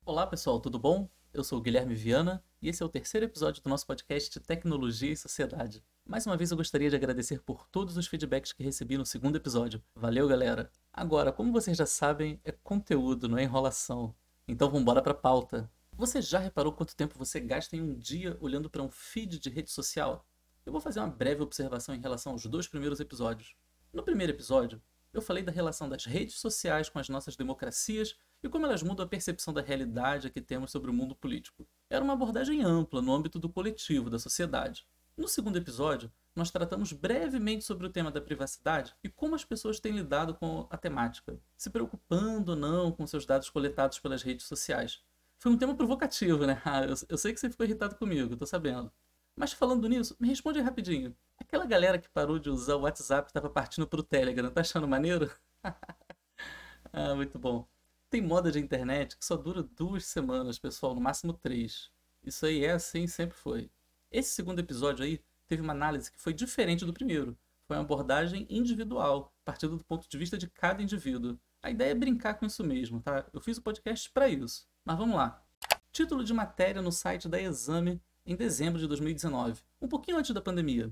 Olá pessoal, tudo bom? Eu sou o Guilherme Viana e esse é o terceiro episódio do nosso podcast Tecnologia e Sociedade. Mais uma vez eu gostaria de agradecer por todos os feedbacks que recebi no segundo episódio. Valeu, galera! Agora, como vocês já sabem, é conteúdo, não é enrolação. Então vambora pra pauta. Você já reparou quanto tempo você gasta em um dia olhando para um feed de rede social? Eu vou fazer uma breve observação em relação aos dois primeiros episódios. No primeiro episódio, eu falei da relação das redes sociais com as nossas democracias e como elas mudam a percepção da realidade que temos sobre o mundo político. Era uma abordagem ampla no âmbito do coletivo, da sociedade. No segundo episódio, nós tratamos brevemente sobre o tema da privacidade e como as pessoas têm lidado com a temática, se preocupando ou não com seus dados coletados pelas redes sociais. Foi um tema provocativo, né? Eu sei que você ficou irritado comigo, tô sabendo. Mas falando nisso, me responde aí rapidinho. Aquela galera que parou de usar o WhatsApp e estava partindo pro Telegram, tá achando maneiro? Muito bom. Tem moda de internet que só dura 2 semanas, pessoal, no máximo 3. Isso aí é assim, sempre foi. Esse segundo episódio aí teve uma análise que foi diferente do primeiro. Foi uma abordagem individual, partindo do ponto de vista de cada indivíduo. A ideia é brincar com isso mesmo, tá? Eu fiz o podcast para isso. Mas vamos lá. Título de matéria no site da Exame em dezembro de 2019, um pouquinho antes da pandemia.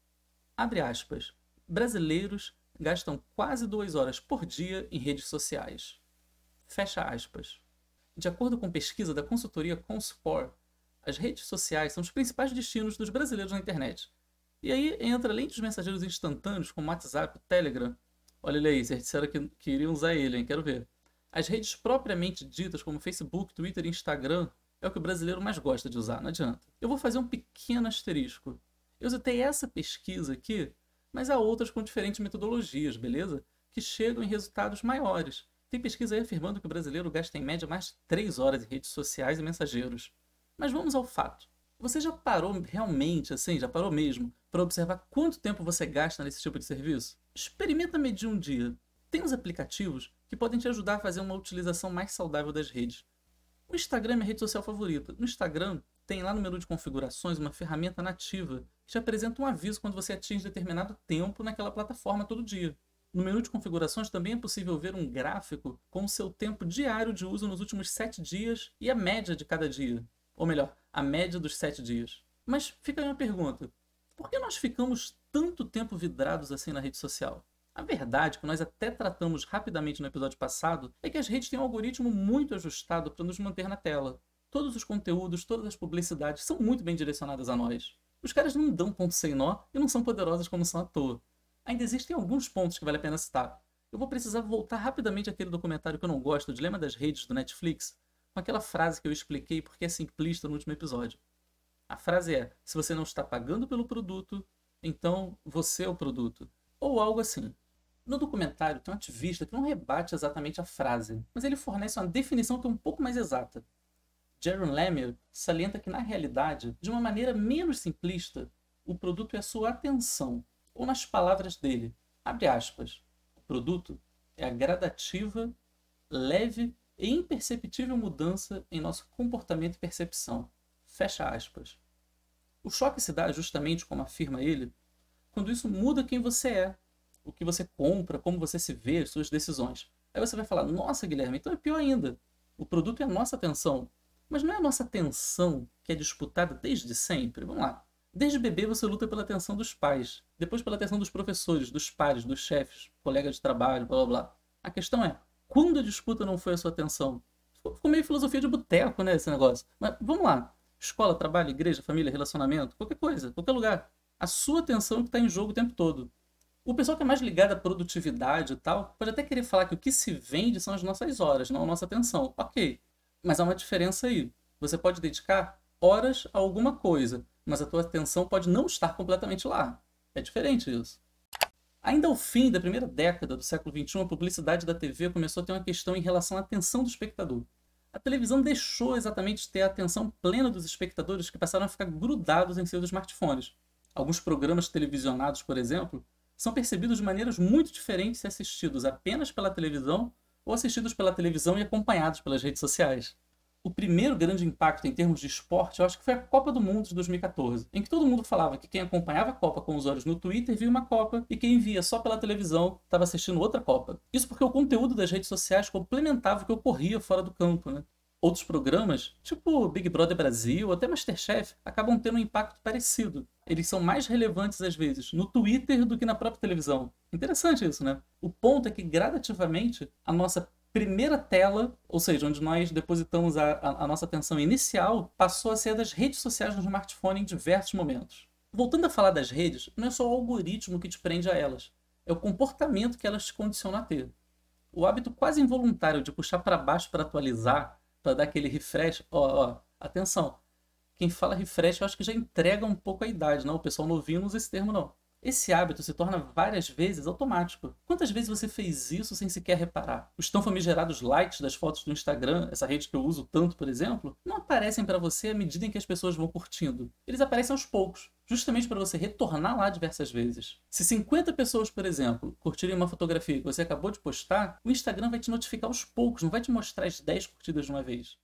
Abre aspas. Brasileiros gastam quase 2 horas por dia em redes sociais. Fecha aspas. De acordo com pesquisa da consultoria Comscore, as redes sociais são os principais destinos dos brasileiros na internet. E aí entra, além dos mensageiros instantâneos como WhatsApp, Telegram. Olha ele aí, vocês disseram que iriam usar ele, hein? Quero ver. As redes propriamente ditas como Facebook, Twitter e Instagram é o que o brasileiro mais gosta de usar, não adianta. Eu vou fazer um pequeno asterisco. Eu citei essa pesquisa aqui, mas há outras com diferentes metodologias, beleza? Que chegam em resultados maiores. Tem pesquisa aí afirmando que o brasileiro gasta em média mais de 3 horas em redes sociais e mensageiros. Mas vamos ao fato. Você já parou realmente, assim, já parou mesmo, para observar quanto tempo você gasta nesse tipo de serviço? Experimenta medir um dia. Tem uns aplicativos que podem te ajudar a fazer uma utilização mais saudável das redes. O Instagram é minha rede social favorita. No Instagram, tem lá no menu de configurações uma ferramenta nativa que te apresenta um aviso quando você atinge determinado tempo naquela plataforma todo dia. No menu de configurações também é possível ver um gráfico com o seu tempo diário de uso nos últimos 7 dias e a média de cada dia. Ou melhor, a média dos 7 dias. Mas fica aí uma pergunta. Por que nós ficamos tanto tempo vidrados assim na rede social? A verdade, que nós até tratamos rapidamente no episódio passado, é que as redes têm um algoritmo muito ajustado para nos manter na tela. Todos os conteúdos, todas as publicidades são muito bem direcionadas a nós. Os caras não dão ponto sem nó e não são poderosos como são à toa. Ainda existem alguns pontos que vale a pena citar. Eu vou precisar voltar rapidamente àquele documentário que eu não gosto, o Dilema das Redes, do Netflix, com aquela frase que eu expliquei porque é simplista no último episódio. A frase é: se você não está pagando pelo produto, então você é o produto. Ou algo assim. No documentário tem um ativista que não rebate exatamente a frase, mas ele fornece uma definição que é um pouco mais exata. Jaron Lanier salienta que, na realidade, de uma maneira menos simplista, o produto é a sua atenção, ou nas palavras dele, abre aspas, o produto é a gradativa, leve e imperceptível mudança em nosso comportamento e percepção, fecha aspas. O choque se dá, justamente como afirma ele, quando isso muda quem você é, o que você compra, como você se vê, as suas decisões. Aí você vai falar: nossa, Guilherme, então é pior ainda. O produto é a nossa atenção. Mas não é a nossa atenção que é disputada desde sempre? Vamos lá. Desde bebê você luta pela atenção dos pais, depois pela atenção dos professores, dos pares, dos chefes, colegas de trabalho, blá blá blá. A questão é, quando a disputa não foi a sua atenção? Ficou meio filosofia de boteco, né, esse negócio. Mas vamos lá. Escola, trabalho, igreja, família, relacionamento, qualquer coisa, qualquer lugar. A sua atenção é que está em jogo o tempo todo. O pessoal que é mais ligado à produtividade e tal, pode até querer falar que o que se vende são as nossas horas, não a nossa atenção. Ok, mas há uma diferença aí. Você pode dedicar horas a alguma coisa, mas a tua atenção pode não estar completamente lá. É diferente isso. Ainda ao fim da primeira década do século XXI, a publicidade da TV começou a ter uma questão em relação à atenção do espectador. A televisão deixou exatamente de ter a atenção plena dos espectadores, que passaram a ficar grudados em seus smartphones. Alguns programas televisionados, por exemplo, são percebidos de maneiras muito diferentes se assistidos apenas pela televisão ou assistidos pela televisão e acompanhados pelas redes sociais. O primeiro grande impacto em termos de esporte, eu acho que foi a Copa do Mundo de 2014, em que todo mundo falava que quem acompanhava a Copa com os olhos no Twitter via uma Copa e quem via só pela televisão estava assistindo outra Copa. Isso porque o conteúdo das redes sociais complementava o que ocorria fora do campo, né? Outros programas, tipo Big Brother Brasil ou até MasterChef, acabam tendo um impacto parecido. Eles são mais relevantes, às vezes, no Twitter do que na própria televisão. Interessante isso, né? O ponto é que, gradativamente, a nossa primeira tela, ou seja, onde nós depositamos a nossa atenção inicial, passou a ser a das redes sociais no smartphone em diversos momentos. Voltando a falar das redes, não é só o algoritmo que te prende a elas, é o comportamento que elas te condicionam a ter. O hábito quase involuntário de puxar para baixo para atualizar, para dar aquele refresh, atenção, quem fala refresh eu acho que já entrega um pouco a idade, não? O pessoal novinho não usa esse termo, não. Esse hábito se torna várias vezes automático. Quantas vezes você fez isso sem sequer reparar? Os tão famigerados likes das fotos do Instagram, essa rede que eu uso tanto, por exemplo, não aparecem para você à medida em que as pessoas vão curtindo. Eles aparecem aos poucos, justamente para você retornar lá diversas vezes. Se 50 pessoas, por exemplo, curtirem uma fotografia que você acabou de postar, o Instagram vai te notificar aos poucos, não vai te mostrar as 10 curtidas de uma vez.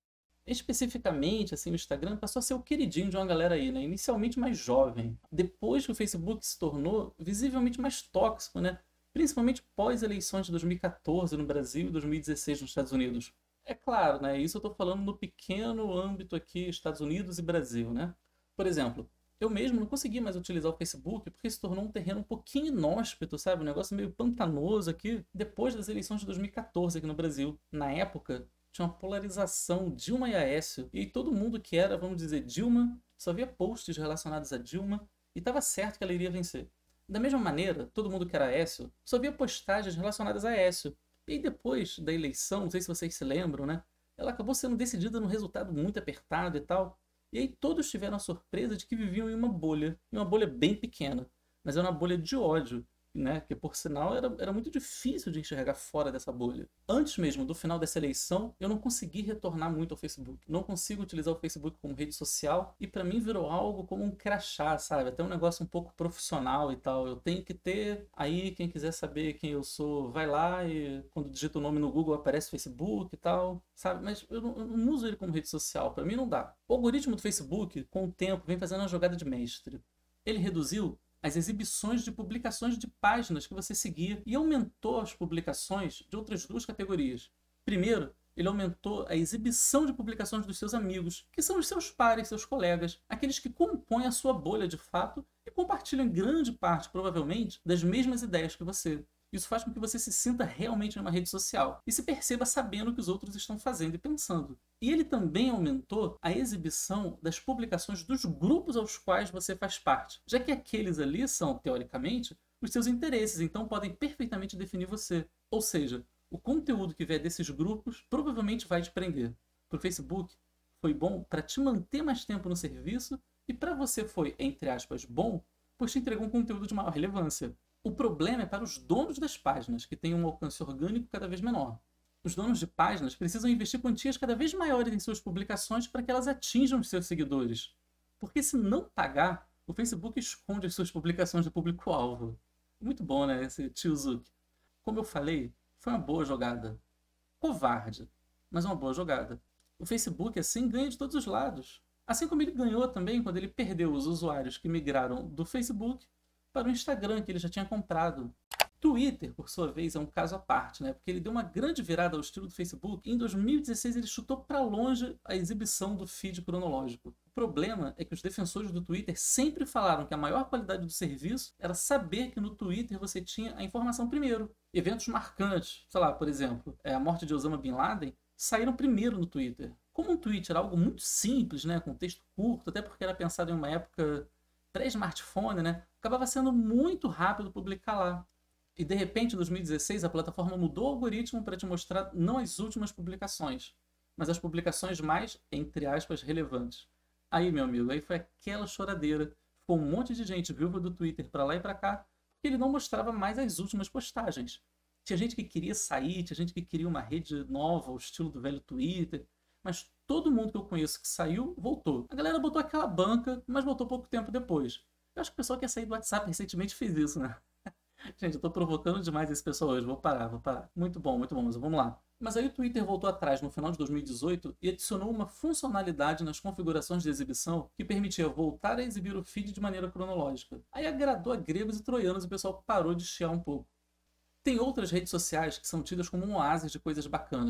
Especificamente, assim, o Instagram passou a ser o queridinho de uma galera aí, né? Inicialmente mais jovem. Depois que o Facebook se tornou visivelmente mais tóxico, né? Principalmente pós-eleições de 2014 no Brasil e 2016 nos Estados Unidos. É claro, né? Isso eu tô falando no pequeno âmbito aqui, Estados Unidos e Brasil, né? Por exemplo, eu mesmo não consegui mais utilizar o Facebook porque se tornou um terreno um pouquinho inóspito, sabe? Um negócio meio pantanoso aqui, depois das eleições de 2014 aqui no Brasil. Na época, tinha uma polarização Dilma e Aécio, e aí todo mundo que era, vamos dizer, Dilma, só via posts relacionados a Dilma, e estava certo que ela iria vencer. Da mesma maneira, todo mundo que era Aécio só via postagens relacionadas a Aécio. E aí depois da eleição, não sei se vocês se lembram, né? Ela acabou sendo decidida num resultado muito apertado e tal. E aí todos tiveram a surpresa de que viviam em uma bolha bem pequena, mas era uma bolha de ódio, né? Que por sinal era muito difícil de enxergar fora dessa bolha. Antes mesmo do final dessa eleição, eu não consegui retornar muito ao Facebook. Não consigo utilizar o Facebook como rede social e para mim virou algo como um crachá, sabe? Até um negócio um pouco profissional e tal. Eu tenho que ter, aí quem quiser saber quem eu sou, vai lá e quando digita o nome no Google aparece Facebook e tal, sabe? Mas eu não uso ele como rede social, para mim não dá. O algoritmo do Facebook, com o tempo, vem fazendo uma jogada de mestre. Ele reduziu as exibições de publicações de páginas que você seguia e aumentou as publicações de outras duas categorias. Primeiro, ele aumentou a exibição de publicações dos seus amigos, que são os seus pares, seus colegas, aqueles que compõem a sua bolha de fato e compartilham em grande parte, provavelmente, das mesmas ideias que você. Isso faz com que você se sinta realmente numa rede social e se perceba sabendo o que os outros estão fazendo e pensando. E ele também aumentou a exibição das publicações dos grupos aos quais você faz parte, já que aqueles ali são, teoricamente, os seus interesses, então podem perfeitamente definir você. Ou seja, o conteúdo que vier desses grupos provavelmente vai te prender. Para o Facebook, foi bom para te manter mais tempo no serviço e para você foi, entre aspas, bom, pois te entregou um conteúdo de maior relevância. O problema é para os donos das páginas, que têm um alcance orgânico cada vez menor. Os donos de páginas precisam investir quantias cada vez maiores em suas publicações para que elas atinjam os seus seguidores. Porque se não pagar, o Facebook esconde as suas publicações do público-alvo. Muito bom, né, esse tio Zuck. Como eu falei, foi uma boa jogada. Covarde, mas uma boa jogada. O Facebook, assim, ganha de todos os lados. Assim como ele ganhou também quando ele perdeu os usuários que migraram do Facebook para o Instagram, que ele já tinha comprado. Twitter, por sua vez, é um caso à parte, né? Porque ele deu uma grande virada ao estilo do Facebook e em 2016 ele chutou para longe a exibição do feed cronológico. O problema é que os defensores do Twitter sempre falaram que a maior qualidade do serviço era saber que no Twitter você tinha a informação primeiro. Eventos marcantes, sei lá, por exemplo, a morte de Osama Bin Laden, saíram primeiro no Twitter. Como um tweet era algo muito simples, né, com texto curto, até porque era pensado em uma época pré-smartphone, né, acabava sendo muito rápido publicar lá. E de repente, em 2016, a plataforma mudou o algoritmo para te mostrar não as últimas publicações, mas as publicações mais, entre aspas, relevantes. Aí, meu amigo, aí foi aquela choradeira. Ficou um monte de gente viúva do Twitter para lá e para cá, porque ele não mostrava mais as últimas postagens. Tinha gente que queria sair, tinha gente que queria uma rede nova, ao estilo do velho Twitter, mas todo mundo que eu conheço que saiu, voltou. A galera botou aquela banca, mas voltou pouco tempo depois. Eu acho que o pessoal que ia sair do WhatsApp recentemente fez isso, né? Gente, eu tô provocando demais esse pessoal hoje. Vou parar. Muito bom, mas vamos lá. Mas aí o Twitter voltou atrás no final de 2018 e adicionou uma funcionalidade nas configurações de exibição que permitia voltar a exibir o feed de maneira cronológica. Aí agradou a gregos e troianos e o pessoal parou de chiar um pouco. Tem outras redes sociais que são tidas como um oásis de coisas bacanas, né?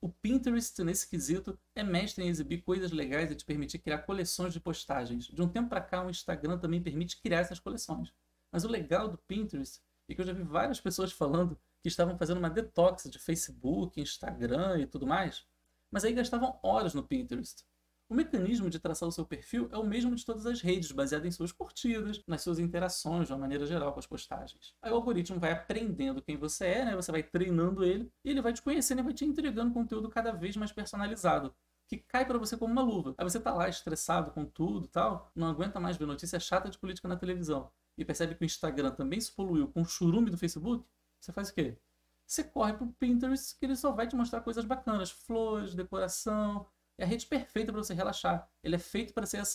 O Pinterest, nesse quesito, é mestre em exibir coisas legais e te permitir criar coleções de postagens. De um tempo para cá, o Instagram também permite criar essas coleções. Mas o legal do Pinterest é que eu já vi várias pessoas falando que estavam fazendo uma detox de Facebook, Instagram e tudo mais, mas aí gastavam horas no Pinterest. O mecanismo de traçar o seu perfil é o mesmo de todas as redes, baseado em suas curtidas, nas suas interações, de uma maneira geral, com as postagens. Aí o algoritmo vai aprendendo quem você é, né? Você vai treinando ele, e ele vai te conhecendo e vai te entregando conteúdo cada vez mais personalizado, que cai para você como uma luva. Aí você tá lá estressado com tudo e tal, não aguenta mais ver notícia chata de política na televisão, e percebe que o Instagram também se poluiu com o churume do Facebook, você faz o quê? Você corre pro Pinterest, que ele só vai te mostrar coisas bacanas, flores, decoração. É a rede perfeita para você relaxar. Ele é feito para ser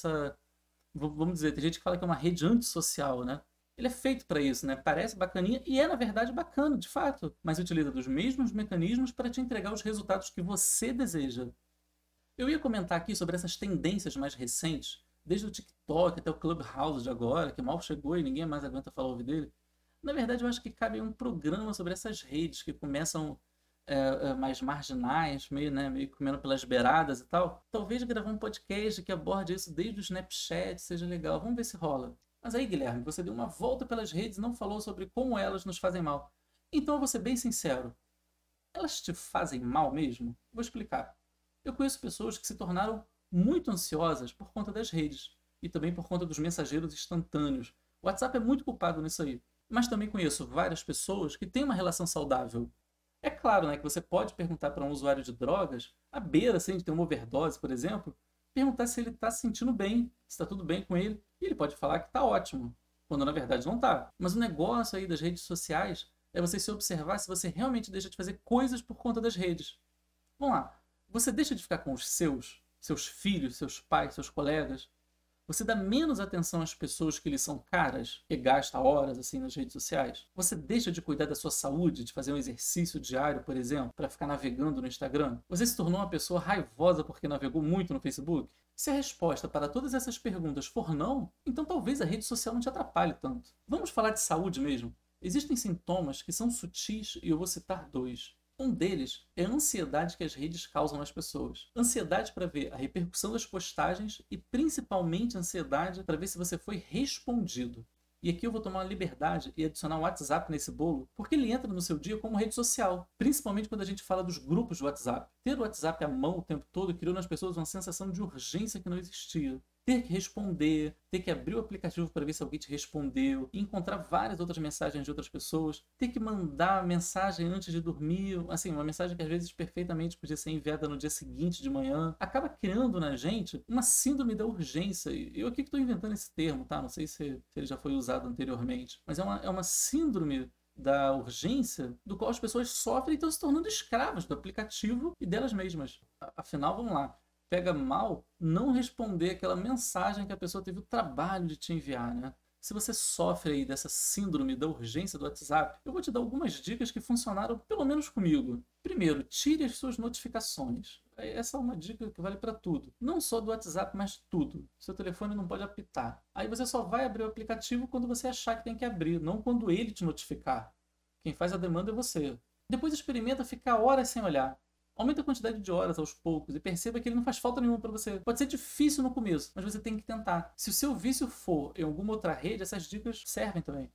vamos dizer, tem gente que fala que é uma rede antissocial, né? Ele é feito para isso, né? Parece bacaninha e é na verdade bacana, de fato, mas utiliza dos mesmos mecanismos para te entregar os resultados que você deseja. Eu ia comentar aqui sobre essas tendências mais recentes, desde o TikTok até o Clubhouse de agora, que mal chegou e ninguém mais aguenta falar ouvir dele. Na verdade, eu acho que cabe um programa sobre essas redes que começam mais marginais, meio comendo pelas beiradas e tal. Talvez gravar um podcast que aborde isso desde o Snapchat seja legal. Vamos ver se rola. Mas aí, Guilherme, você deu uma volta pelas redes e não falou sobre como elas nos fazem mal. Então eu vou ser bem sincero. Elas te fazem mal mesmo? Vou explicar. Eu conheço pessoas que se tornaram muito ansiosas por conta das redes e também por conta dos mensageiros instantâneos. O WhatsApp é muito culpado nisso aí. Mas também conheço várias pessoas que têm uma relação saudável. É claro, né, que você pode perguntar para um usuário de drogas, à beira assim, de ter uma overdose, por exemplo, perguntar se ele está se sentindo bem, se está tudo bem com ele, e ele pode falar que está ótimo, quando na verdade não está. Mas o negócio aí das redes sociais é você se observar se você realmente deixa de fazer coisas por conta das redes. Vamos lá, você deixa de ficar com os seus filhos, seus pais, seus colegas, você dá menos atenção às pessoas que lhe são caras, que gasta horas assim nas redes sociais? Você deixa de cuidar da sua saúde, de fazer um exercício diário, por exemplo, para ficar navegando no Instagram? Você se tornou uma pessoa raivosa porque navegou muito no Facebook? Se a resposta para todas essas perguntas for não, então talvez a rede social não te atrapalhe tanto. Vamos falar de saúde mesmo? Existem sintomas que são sutis e eu vou citar dois. Um deles é a ansiedade que as redes causam nas pessoas. Ansiedade para ver a repercussão das postagens e principalmente ansiedade para ver se você foi respondido. E aqui eu vou tomar uma liberdade e adicionar o WhatsApp nesse bolo, porque ele entra no seu dia como rede social, principalmente quando a gente fala dos grupos do WhatsApp. Ter o WhatsApp à mão o tempo todo criou nas pessoas uma sensação de urgência que não existia. Ter que responder, ter que abrir o aplicativo para ver se alguém te respondeu, e encontrar várias outras mensagens de outras pessoas, ter que mandar mensagem antes de dormir, assim, uma mensagem que às vezes perfeitamente podia ser enviada no dia seguinte de manhã, acaba criando na gente uma síndrome da urgência. E eu aqui que estou inventando esse termo, tá? Não sei se ele já foi usado anteriormente, mas é uma síndrome da urgência do qual as pessoas sofrem e estão se tornando escravas do aplicativo e delas mesmas. Afinal, vamos lá. Pega mal não responder aquela mensagem que a pessoa teve o trabalho de te enviar, né? Se você sofre aí dessa síndrome da urgência do WhatsApp, eu vou te dar algumas dicas que funcionaram pelo menos comigo. Primeiro, tire as suas notificações. Essa é uma dica que vale para tudo. Não só do WhatsApp, mas tudo. Seu telefone não pode apitar. Aí você só vai abrir o aplicativo quando você achar que tem que abrir, não quando ele te notificar. Quem faz a demanda é você. Depois experimenta ficar horas sem olhar. Aumenta a quantidade de horas aos poucos e perceba que ele não faz falta nenhuma para você. Pode ser difícil no começo, mas você tem que tentar. Se o seu vício for em alguma outra rede, essas dicas servem também.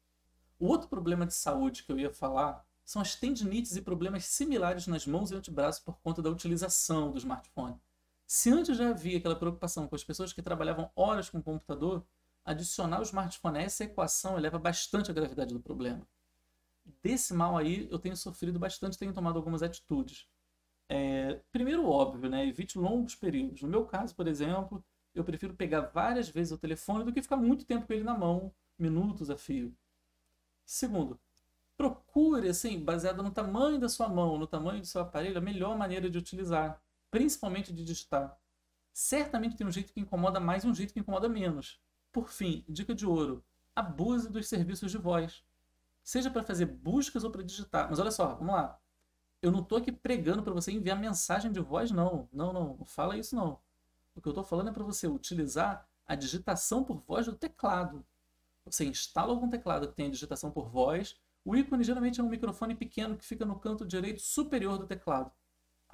O outro problema de saúde que eu ia falar são as tendinites e problemas similares nas mãos e antebraços por conta da utilização do smartphone. Se antes já havia aquela preocupação com as pessoas que trabalhavam horas com o computador, adicionar o smartphone a essa equação eleva bastante a gravidade do problema. Desse mal aí eu tenho sofrido bastante, tenho tomado algumas atitudes. Primeiro, óbvio, né? Evite longos períodos. No meu caso, por exemplo, eu prefiro pegar várias vezes o telefone do que ficar muito tempo com ele na mão, minutos a fio. Segundo, procure, assim, baseado no tamanho da sua mão, no tamanho do seu aparelho, a melhor maneira de utilizar, principalmente de digitar. Certamente tem um jeito que incomoda mais e um jeito que incomoda menos. Por fim, dica de ouro: abuse dos serviços de voz. Seja para fazer buscas ou para digitar. Mas olha só, vamos lá. Eu não estou aqui pregando para você enviar mensagem de voz, não. Não fala isso, não. O que eu estou falando é para você utilizar a digitação por voz do teclado. Você instala algum teclado que tem a digitação por voz. O ícone geralmente é um microfone pequeno que fica no canto direito superior do teclado.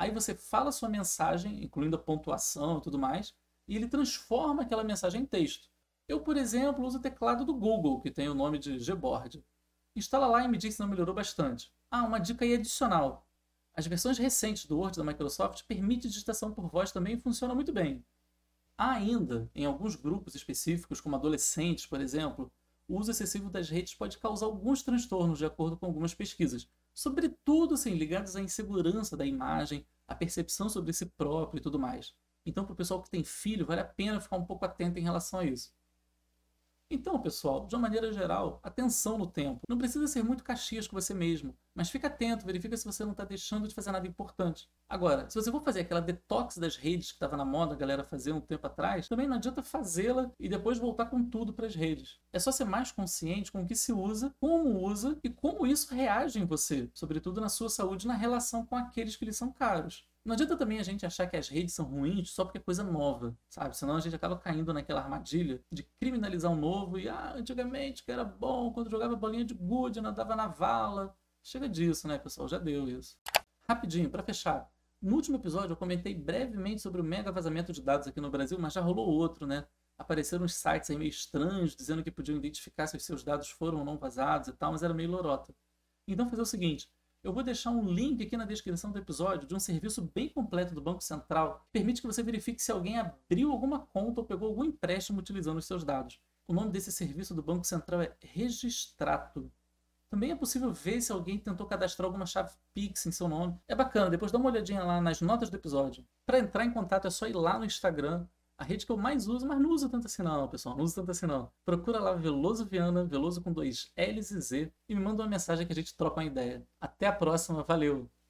Aí você fala a sua mensagem, incluindo a pontuação e tudo mais, e ele transforma aquela mensagem em texto. Eu, por exemplo, uso o teclado do Google, que tem o nome de Gboard. Instala lá e me diz se não melhorou bastante. Ah, uma dica aí adicional. As versões recentes do Word da Microsoft permitem digitação por voz também e funciona muito bem. Há ainda, em alguns grupos específicos, como adolescentes, por exemplo, o uso excessivo das redes pode causar alguns transtornos, de acordo com algumas pesquisas. Sobretudo, ligados à insegurança da imagem, à percepção sobre si próprio e tudo mais. Então, para o pessoal que tem filho, vale a pena ficar um pouco atento em relação a isso. Então, pessoal, de uma maneira geral, atenção no tempo. Não precisa ser muito caxias com você mesmo, mas fica atento, verifica se você não está deixando de fazer nada importante. Agora, se você for fazer aquela detox das redes que estava na moda a galera fazer um tempo atrás, também não adianta fazê-la e depois voltar com tudo para as redes. É só ser mais consciente com o que se usa e como isso reage em você, sobretudo na sua saúde e na relação com aqueles que lhe são caros. Não adianta também a gente achar que as redes são ruins só porque é coisa nova, sabe? Senão a gente acaba caindo naquela armadilha de criminalizar o novo e, antigamente que era bom, quando jogava bolinha de gude, nadava na vala. Chega disso, né, pessoal? Já deu isso. Rapidinho, para fechar. No último episódio eu comentei brevemente sobre o mega vazamento de dados aqui no Brasil, mas já rolou outro, né? Apareceram uns sites aí meio estranhos, dizendo que podiam identificar se os seus dados foram ou não vazados e tal, mas era meio lorota. Então fazer o seguinte, eu vou deixar um link aqui na descrição do episódio de um serviço bem completo do Banco Central que permite que você verifique se alguém abriu alguma conta ou pegou algum empréstimo utilizando os seus dados. O nome desse serviço do Banco Central é Registrato. Também é possível ver se alguém tentou cadastrar alguma chave Pix em seu nome. É bacana, depois dá uma olhadinha lá nas notas do episódio. Para entrar em contato é só ir lá no Instagram, a rede que eu mais uso, mas não uso tanto assim não, pessoal, não uso tanto assim não. Procura lá Veloso Viana, Veloso com 2 L's e Z, e me manda uma mensagem que a gente troca uma ideia. Até a próxima, valeu!